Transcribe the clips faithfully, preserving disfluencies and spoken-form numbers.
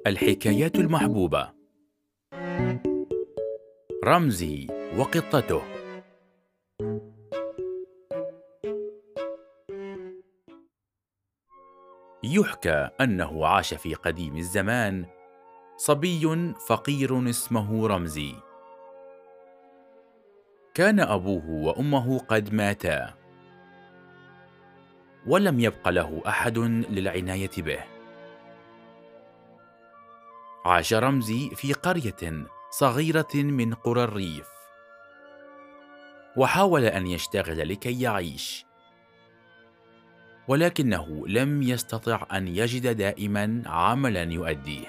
الحكايات المحبوبة. رمزي وقطته. يحكى أنه عاش في قديم الزمان صبي فقير اسمه رمزي. كان أبوه وأمه قد ماتا، ولم يبق له أحد للعناية به. عاش رمزي في قرية صغيرة من قرى الريف، وحاول أن يشتغل لكي يعيش، ولكنه لم يستطع أن يجد دائما عملا يؤديه.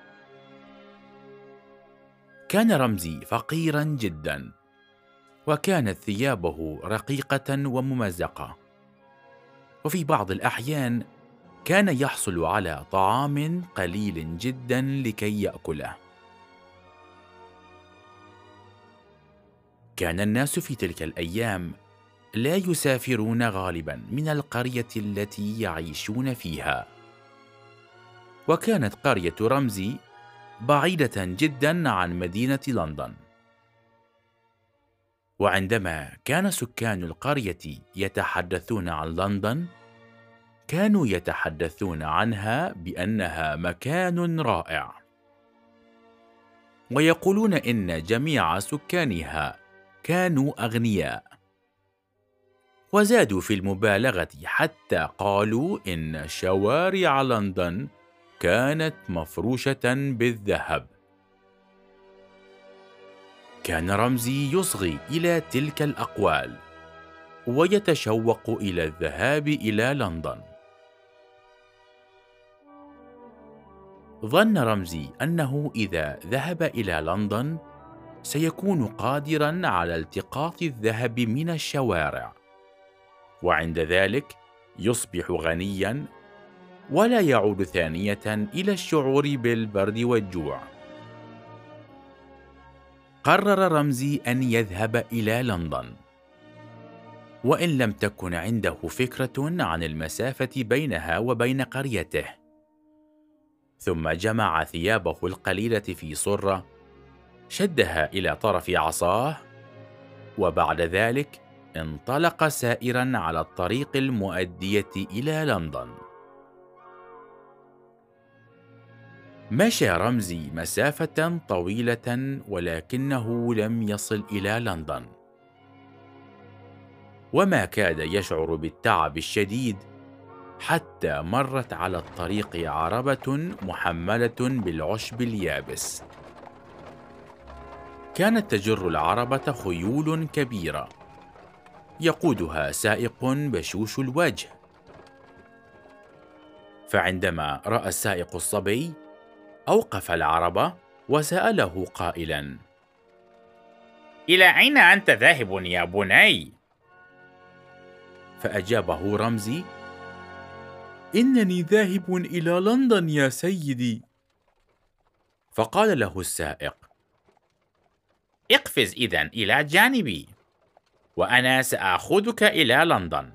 كان رمزي فقيرا جدا، وكانت ثيابه رقيقة وممزقة، وفي بعض الأحيان كان يحصل على طعام قليل جدا لكي يأكله. كان الناس في تلك الأيام لا يسافرون غالبا من القرية التي يعيشون فيها، وكانت قرية رمزي بعيدة جدا عن مدينة لندن. وعندما كان سكان القرية يتحدثون عن لندن، كانوا يتحدثون عنها بأنها مكان رائع، ويقولون إن جميع سكانها كانوا أغنياء، وزادوا في المبالغة حتى قالوا إن شوارع لندن كانت مفروشة بالذهب. كان رمزي يصغي إلى تلك الأقوال، ويتشوق إلى الذهاب إلى لندن. ظن رمزي أنه إذا ذهب إلى لندن سيكون قادراً على التقاط الذهب من الشوارع، وعند ذلك يصبح غنياً ولا يعود ثانية إلى الشعور بالبرد والجوع. قرر رمزي أن يذهب إلى لندن، وإن لم تكن عنده فكرة عن المسافة بينها وبين قريته. ثم جمع ثيابه القليلة في صرة، شدها إلى طرف عصاه، وبعد ذلك انطلق سائراً على الطريق المؤدية إلى لندن. مشى رمزي مسافة طويلة، ولكنه لم يصل إلى لندن، وما كاد يشعر بالتعب الشديد حتى مرت على الطريق عربة محملة بالعشب اليابس. كانت تجر العربة خيول كبيرة، يقودها سائق بشوش الوجه. فعندما رأى السائق الصبي، أوقف العربة وسأله قائلاً: إلى أين أنت ذاهب يا بني؟ فأجابه رمزي: إنني ذاهب إلى لندن يا سيدي. فقال له السائق: اقفز إذن إلى جانبي، وأنا سآخذك إلى لندن.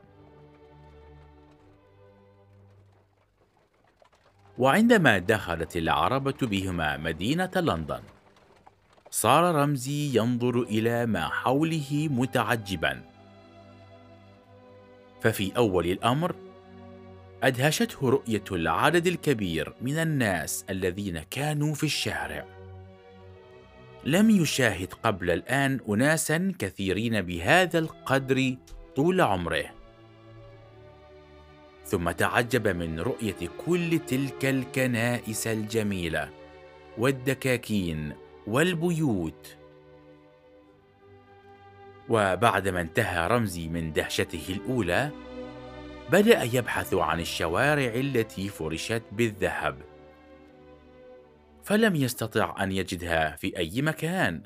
وعندما دخلت العربة بهما مدينة لندن، صار رمزي ينظر إلى ما حوله متعجباً. ففي أول الأمر أدهشته رؤية العدد الكبير من الناس الذين كانوا في الشارع. لم يشاهد قبل الآن أناساً كثيرين بهذا القدر طول عمره. ثم تعجب من رؤية كل تلك الكنائس الجميلة والدكاكين والبيوت. وبعدما انتهى رمزي من دهشته الأولى، بدأ يبحث عن الشوارع التي فرشت بالذهب، فلم يستطع أن يجدها في أي مكان.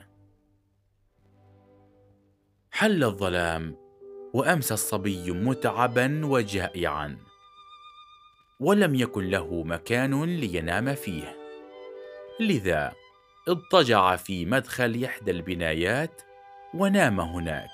حل الظلام، وأمسى الصبي متعبا وجائعا، ولم يكن له مكان لينام فيه، لذا اضطجع في مدخل إحدى البنايات ونام هناك.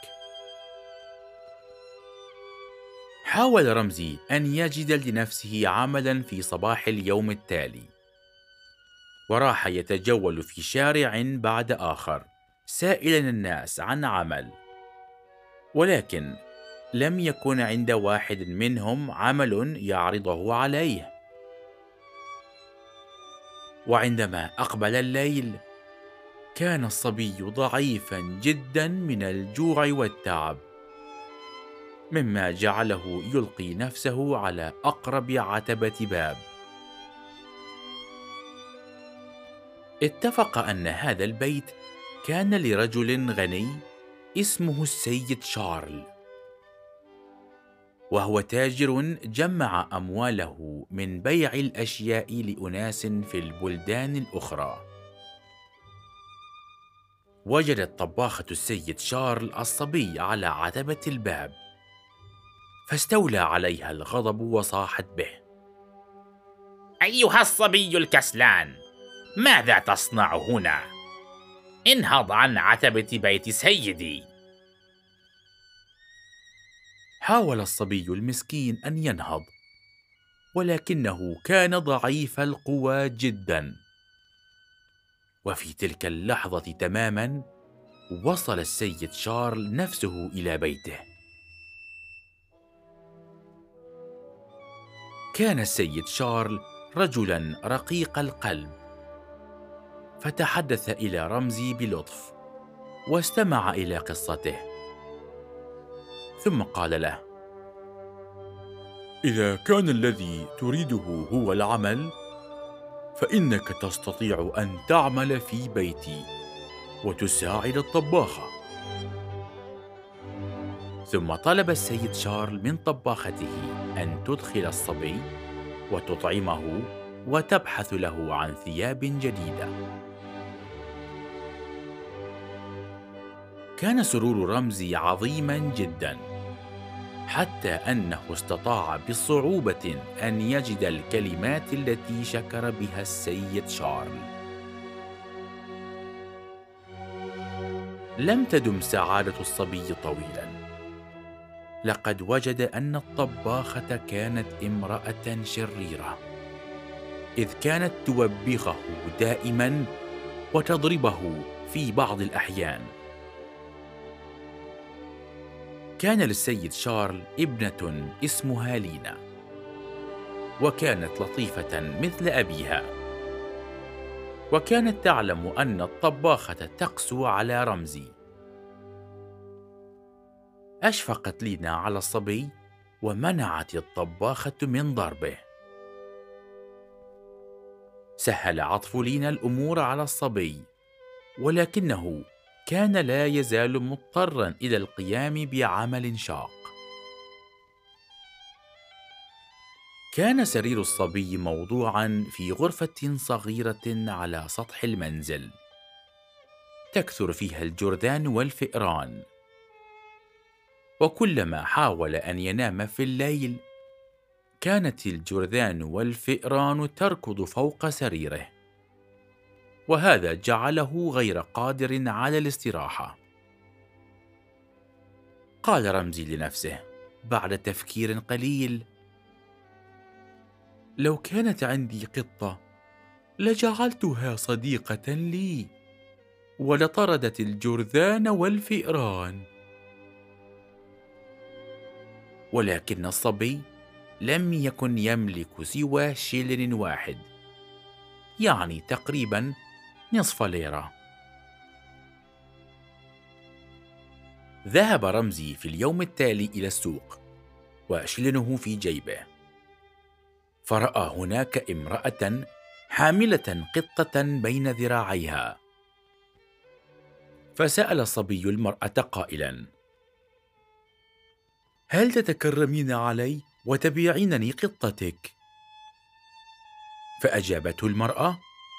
حاول رمزي أن يجد لنفسه عملا في صباح اليوم التالي، وراح يتجول في شارع بعد آخر سائلا الناس عن عمل، ولكن لم يكن عند واحد منهم عمل يعرضه عليه. وعندما أقبل الليل كان الصبي ضعيفا جدا من الجوع والتعب، مما جعله يلقي نفسه على أقرب عتبة باب. اتفق أن هذا البيت كان لرجل غني اسمه السيد شارل، وهو تاجر جمع أمواله من بيع الأشياء لأناس في البلدان الأخرى. وجدت طباخة السيد شارل الصبي على عتبة الباب، فاستولى عليها الغضب وصاحت به: أيها الصبي الكسلان، ماذا تصنع هنا؟ انهض عن عتبة بيت سيدي. حاول الصبي المسكين أن ينهض، ولكنه كان ضعيف القوى جدا. وفي تلك اللحظة تماما وصل السيد شارل نفسه إلى بيته. كان السيد شارل رجلا رقيق القلب، فتحدث إلى رمزي بلطف واستمع إلى قصته، ثم قال له: إذا كان الذي تريده هو العمل، فإنك تستطيع أن تعمل في بيتي وتساعد الطباخة. ثم طلب السيد شارل من طباخته أن تدخل الصبي وتطعمه وتبحث له عن ثياب جديدة. كان سرور رمزي عظيما جدا، حتى أنه استطاع بصعوبة أن يجد الكلمات التي شكر بها السيد شارل. لم تدم سعادة الصبي طويلا، لقد وجد أن الطباخة كانت امرأة شريرة، إذ كانت توبخه دائما وتضربه في بعض الأحيان. كان للسيد شارل ابنة اسمها لينا، وكانت لطيفة مثل أبيها، وكانت تعلم أن الطباخة تقسو على رمزي. أشفقت لينا على الصبي ومنعت الطباخة من ضربه. سهل عطف لينا الأمور على الصبي، ولكنه كان لا يزال مضطرا إلى القيام بعمل شاق. كان سرير الصبي موضوعا في غرفة صغيرة على سطح المنزل، تكثر فيها الجرذان والفئران، وكلما حاول أن ينام في الليل كانت الجرذان والفئران تركض فوق سريره، وهذا جعله غير قادر على الاستراحة. قال رمزي لنفسه بعد تفكير قليل: لو كانت عندي قطة لجعلتها صديقة لي، ولطردت الجرذان والفئران. ولكن الصبي لم يكن يملك سوى شيلن واحد، يعني تقريبا نصف ليرة. ذهب رمزي في اليوم التالي إلى السوق وشيلنه في جيبه، فرأى هناك امرأة حاملة قطة بين ذراعيها، فسأل الصبي المرأة قائلا: هل تتكرمين علي وتبيعينني قطتك؟ فأجابته المرأة: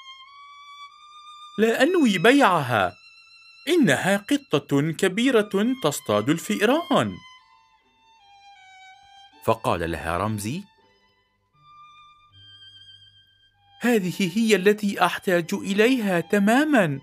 لا أنوي بيعها، إنها قطة كبيرة تصطاد الفئران. فقال لها رمزي: هذه هي التي أحتاج إليها تماما.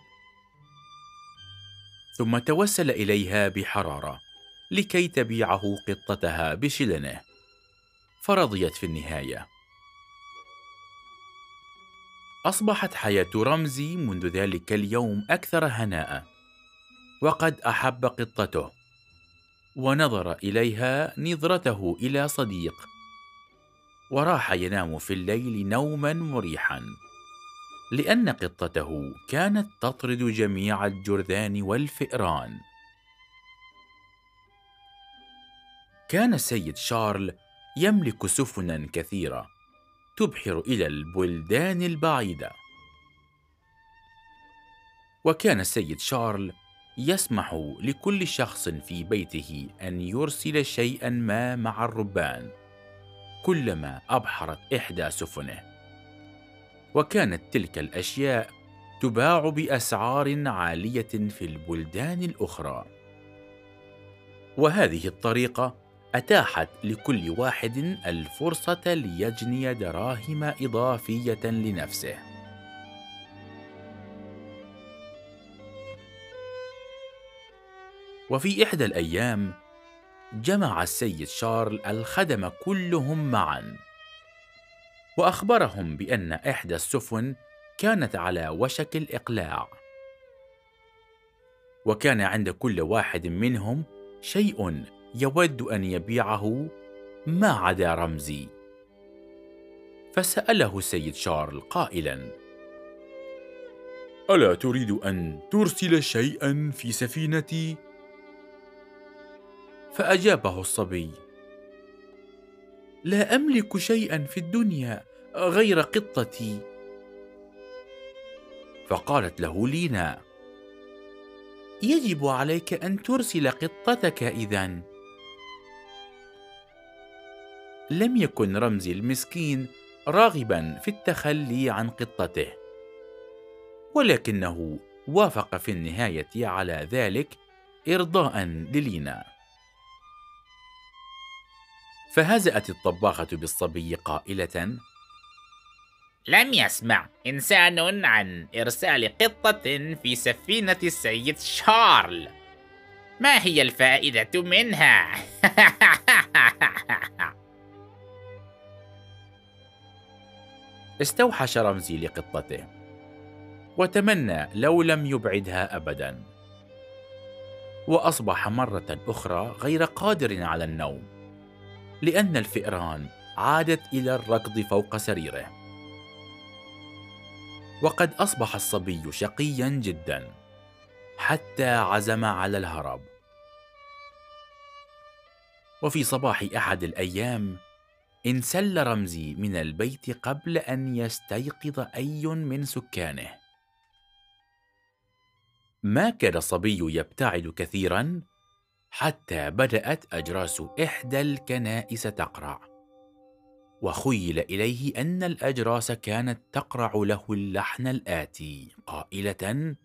ثم توسل إليها بحرارة لكي تبيعه قطتها بشلنه، فرضيت في النهاية. أصبحت حياة رمزي منذ ذلك اليوم أكثر هناء، وقد أحب قطته ونظر إليها نظرته إلى صديق، وراح ينام في الليل نوما مريحا، لأن قطته كانت تطرد جميع الجرذان والفئران. كان السيد شارل يملك سفنا كثيرة تبحر إلى البلدان البعيدة، وكان السيد شارل يسمح لكل شخص في بيته أن يرسل شيئا ما مع الربان كلما أبحرت إحدى سفنه، وكانت تلك الأشياء تباع بأسعار عالية في البلدان الأخرى. وهذه الطريقة أتاحت لكل واحد الفرصة ليجني دراهم إضافية لنفسه. وفي إحدى الأيام جمع السيد شارل الخدم كلهم معا، وأخبرهم بأن إحدى السفن كانت على وشك الإقلاع، وكان عند كل واحد منهم شيء يود أن يبيعه ما عدا رمزي. فسأله السيد شارل قائلا: ألا تريد أن ترسل شيئا في سفينتي؟ فأجابه الصبي: لا أملك شيئا في الدنيا غير قطتي. فقالت له لينا: يجب عليك أن ترسل قطتك إذن. لم يكن رمزي المسكين راغبا في التخلي عن قطته، ولكنه وافق في النهاية على ذلك إرضاء للينا. فهزأت الطباخة بالصبي قائلة: لم يسمع إنسان عن إرسال قطة في سفينة السيد شارل. ما هي الفائدة منها؟ استوحش رمزي لقطته، وتمنى لو لم يبعدها أبدا، وأصبح مرة أخرى غير قادر على النوم، لأن الفئران عادت إلى الركض فوق سريره. وقد أصبح الصبي شقيا جدا حتى عزم على الهرب. وفي صباح أحد الأيام انسل رمزي من البيت قبل أن يستيقظ أي من سكانه. ما كان الصبي يبتعد كثيرا حتى بدأت أجراس إحدى الكنائس تقرع، وخيل إليه أن الأجراس كانت تقرع له اللحن الآتي قائلة: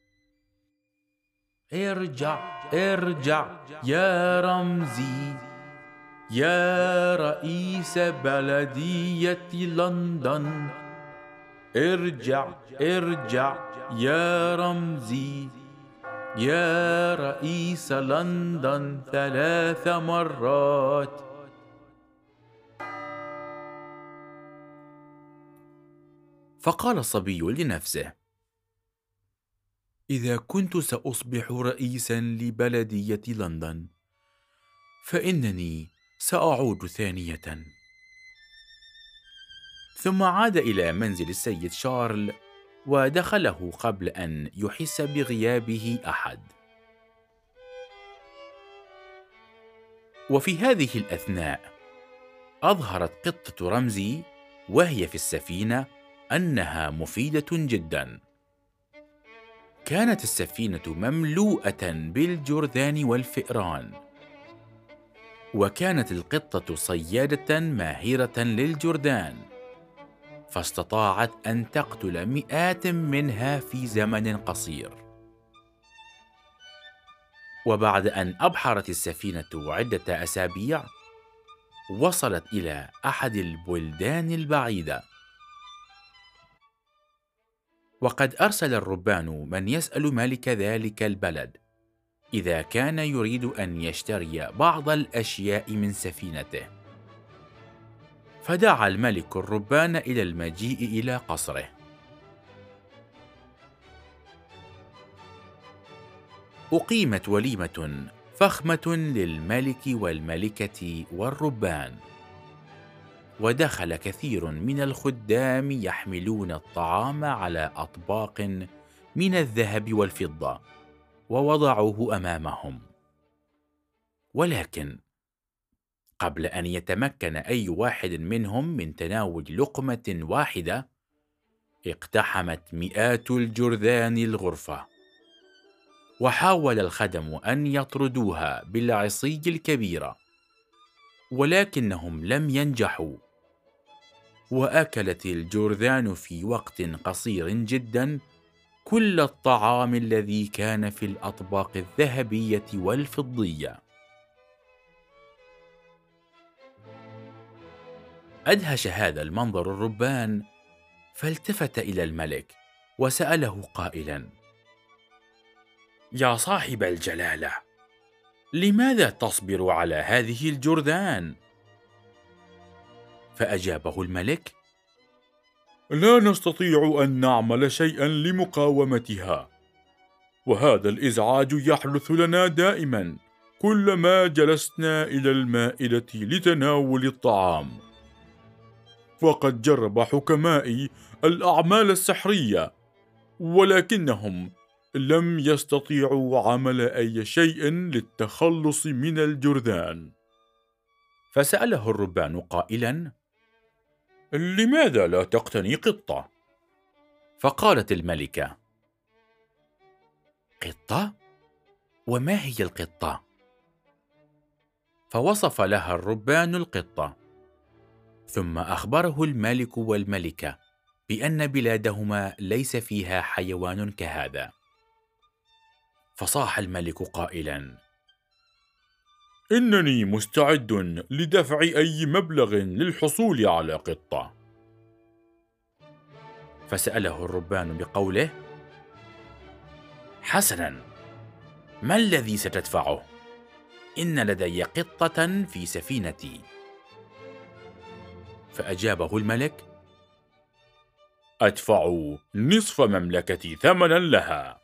ارجع ارجع يا رمزي، يا رئيس بلدية لندن، ارجع ارجع يا رمزي، يا رئيس لندن ثلاث مرات. فقال الصبي لنفسه: إذا كنت سأصبح رئيسا لبلدية لندن فإنني سأعود ثانية. ثم عاد إلى منزل السيد شارل ودخله قبل أن يحس بغيابه أحد. وفي هذه الأثناء أظهرت قطة رمزي وهي في السفينة أنها مفيدة جدا. كانت السفينة مملوءة بالجرذان والفئران، وكانت القطة صيادة ماهرة للجرذان، فاستطاعت أن تقتل مئات منها في زمن قصير. وبعد أن أبحرت السفينة عدة أسابيع وصلت إلى أحد البلدان البعيدة، وقد أرسل الربان من يسأل ملك ذلك البلد إذا كان يريد أن يشتري بعض الأشياء من سفينته. فدعا الملك الربان إلى المجيء إلى قصره، أقيمت وليمة فخمة للملك والملكة والربان، ودخل كثير من الخدام يحملون الطعام على أطباق من الذهب والفضة ووضعوه أمامهم. ولكن قبل أن يتمكن أي واحد منهم من تناول لقمة واحدة، اقتحمت مئات الجرذان الغرفة، وحاول الخدم أن يطردوها بالعصي الكبيرة، ولكنهم لم ينجحوا، وأكلت الجرذان في وقت قصير جدا كل الطعام الذي كان في الأطباق الذهبية والفضية. أدهش هذا المنظر الربان، فالتفت إلى الملك وسأله قائلا: يا صاحب الجلالة، لماذا تصبر على هذه الجرذان؟ فأجابه الملك: لا نستطيع أن نعمل شيئا لمقاومتها، وهذا الإزعاج يحدث لنا دائما كلما جلسنا إلى المائدة لتناول الطعام. وقد جرب حكمائي الأعمال السحرية، ولكنهم لم يستطيعوا عمل أي شيء للتخلص من الجرذان. فسأله الربان قائلا: لماذا لا تقتني قطة؟ فقالت الملكة: قطة؟ وما هي القطة؟ فوصف لها الربان القطة، ثم أخبره الملك والملكة بأن بلادهما ليس فيها حيوان كهذا. فصاح الملك قائلا: إنني مستعد لدفع أي مبلغ للحصول على قطة. فسأله الربان بقوله: حسنا، ما الذي ستدفعه؟ إن لدي قطة في سفينتي. فأجابه الملك: أدفع نصف مملكتي ثمنا لها.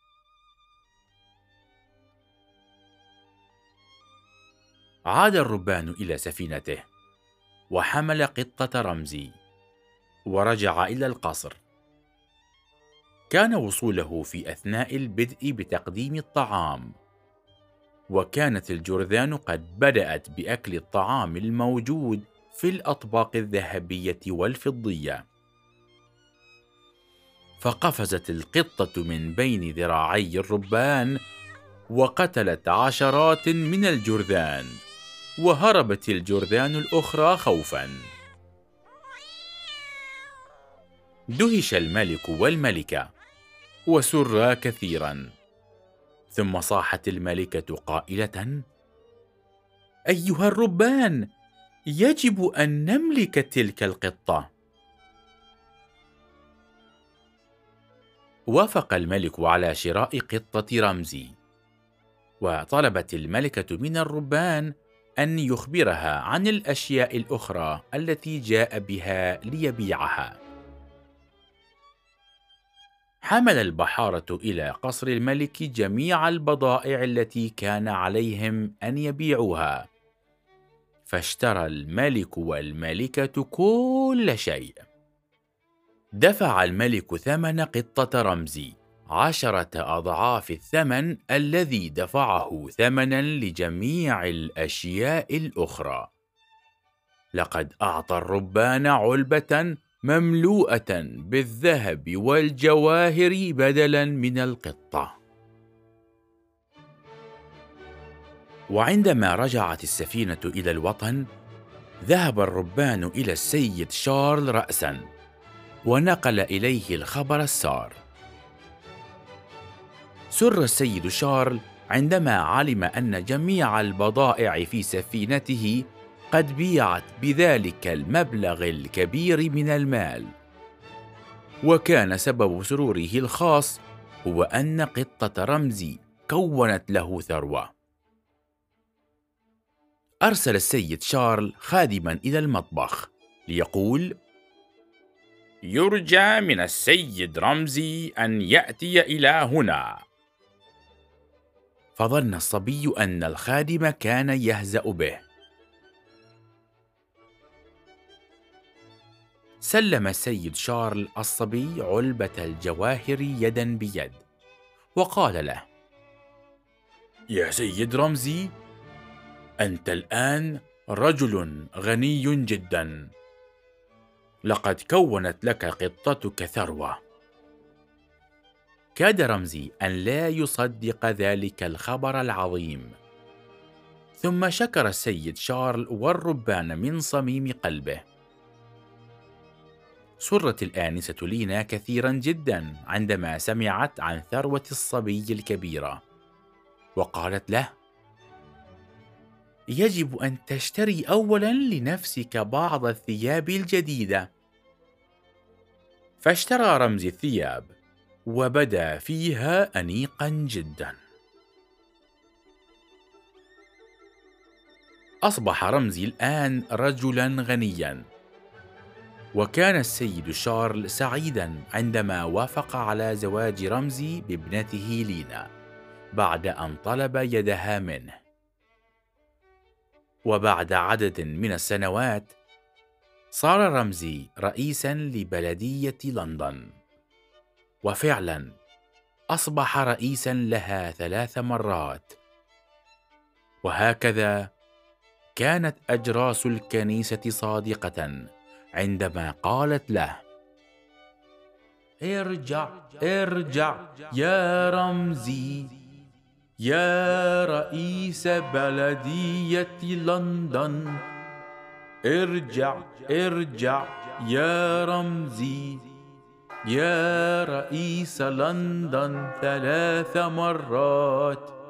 عاد الربان إلى سفينته، وحمل قطة رمزي، ورجع إلى القصر. كان وصوله في أثناء البدء بتقديم الطعام، وكانت الجرذان قد بدأت بأكل الطعام الموجود في الأطباق الذهبية والفضية. فقفزت القطة من بين ذراعي الربان، وقتلت عشرات من الجرذان، وهربت الجرذان الأخرى خوفا. دهش الملك والملكة وسرا كثيرا، ثم صاحت الملكة قائلة: أيها الربان، يجب أن نملك تلك القطة. وافق الملك على شراء قطة رمزي، وطلبت الملكة من الربان أن يخبرها عن الأشياء الأخرى التي جاء بها ليبيعها. حمل البحارة إلى قصر الملك جميع البضائع التي كان عليهم أن يبيعوها، فاشترى الملك والملكة كل شيء. دفع الملك ثمن قطة رمزي عشرة أضعاف الثمن الذي دفعه ثمنا لجميع الأشياء الأخرى. لقد أعطى الربان علبة مملوءة بالذهب والجواهر بدلا من القطة. وعندما رجعت السفينة إلى الوطن، ذهب الربان إلى السيد شارل رأسا، ونقل إليه الخبر السار. سر السيد شارل عندما علم أن جميع البضائع في سفينته قد بيعت بذلك المبلغ الكبير من المال، وكان سبب سروره الخاص هو أن قطة رمزي كونت له ثروة. أرسل السيد شارل خادما إلى المطبخ ليقول: يرجى من السيد رمزي أن يأتي إلى هنا. فظن الصبي أن الخادم كان يهزأ به. سلم السيد شارل الصبي علبة الجواهر يداً بيد، وقال له: يا سيد رمزي، أنت الآن رجل غني جدا، لقد كونت لك قطتك ثروة. كاد رمزي أن لا يصدق ذلك الخبر العظيم، ثم شكر السيد شارل والربان من صميم قلبه. سرت الآنسة لينا كثيرا جدا عندما سمعت عن ثروة الصبي الكبيرة، وقالت له: يجب أن تشتري أولا لنفسك بعض الثياب الجديدة. فاشترى رمزي الثياب، وبدا فيها أنيقا جدا. أصبح رمزي الآن رجلا غنيا، وكان السيد شارل سعيدا عندما وافق على زواج رمزي بابنته لينا بعد أن طلب يدها منه. وبعد عدد من السنوات صار رمزي رئيسا لبلدية لندن، وفعلا أصبح رئيسا لها ثلاث مرات. وهكذا كانت أجراس الكنيسة صادقة عندما قالت له: ارجع ارجع يا رمزي، يا رئيس بلدية لندن، ارجع ارجع يا رمزي، يا رئيس لندن ثلاث مرات.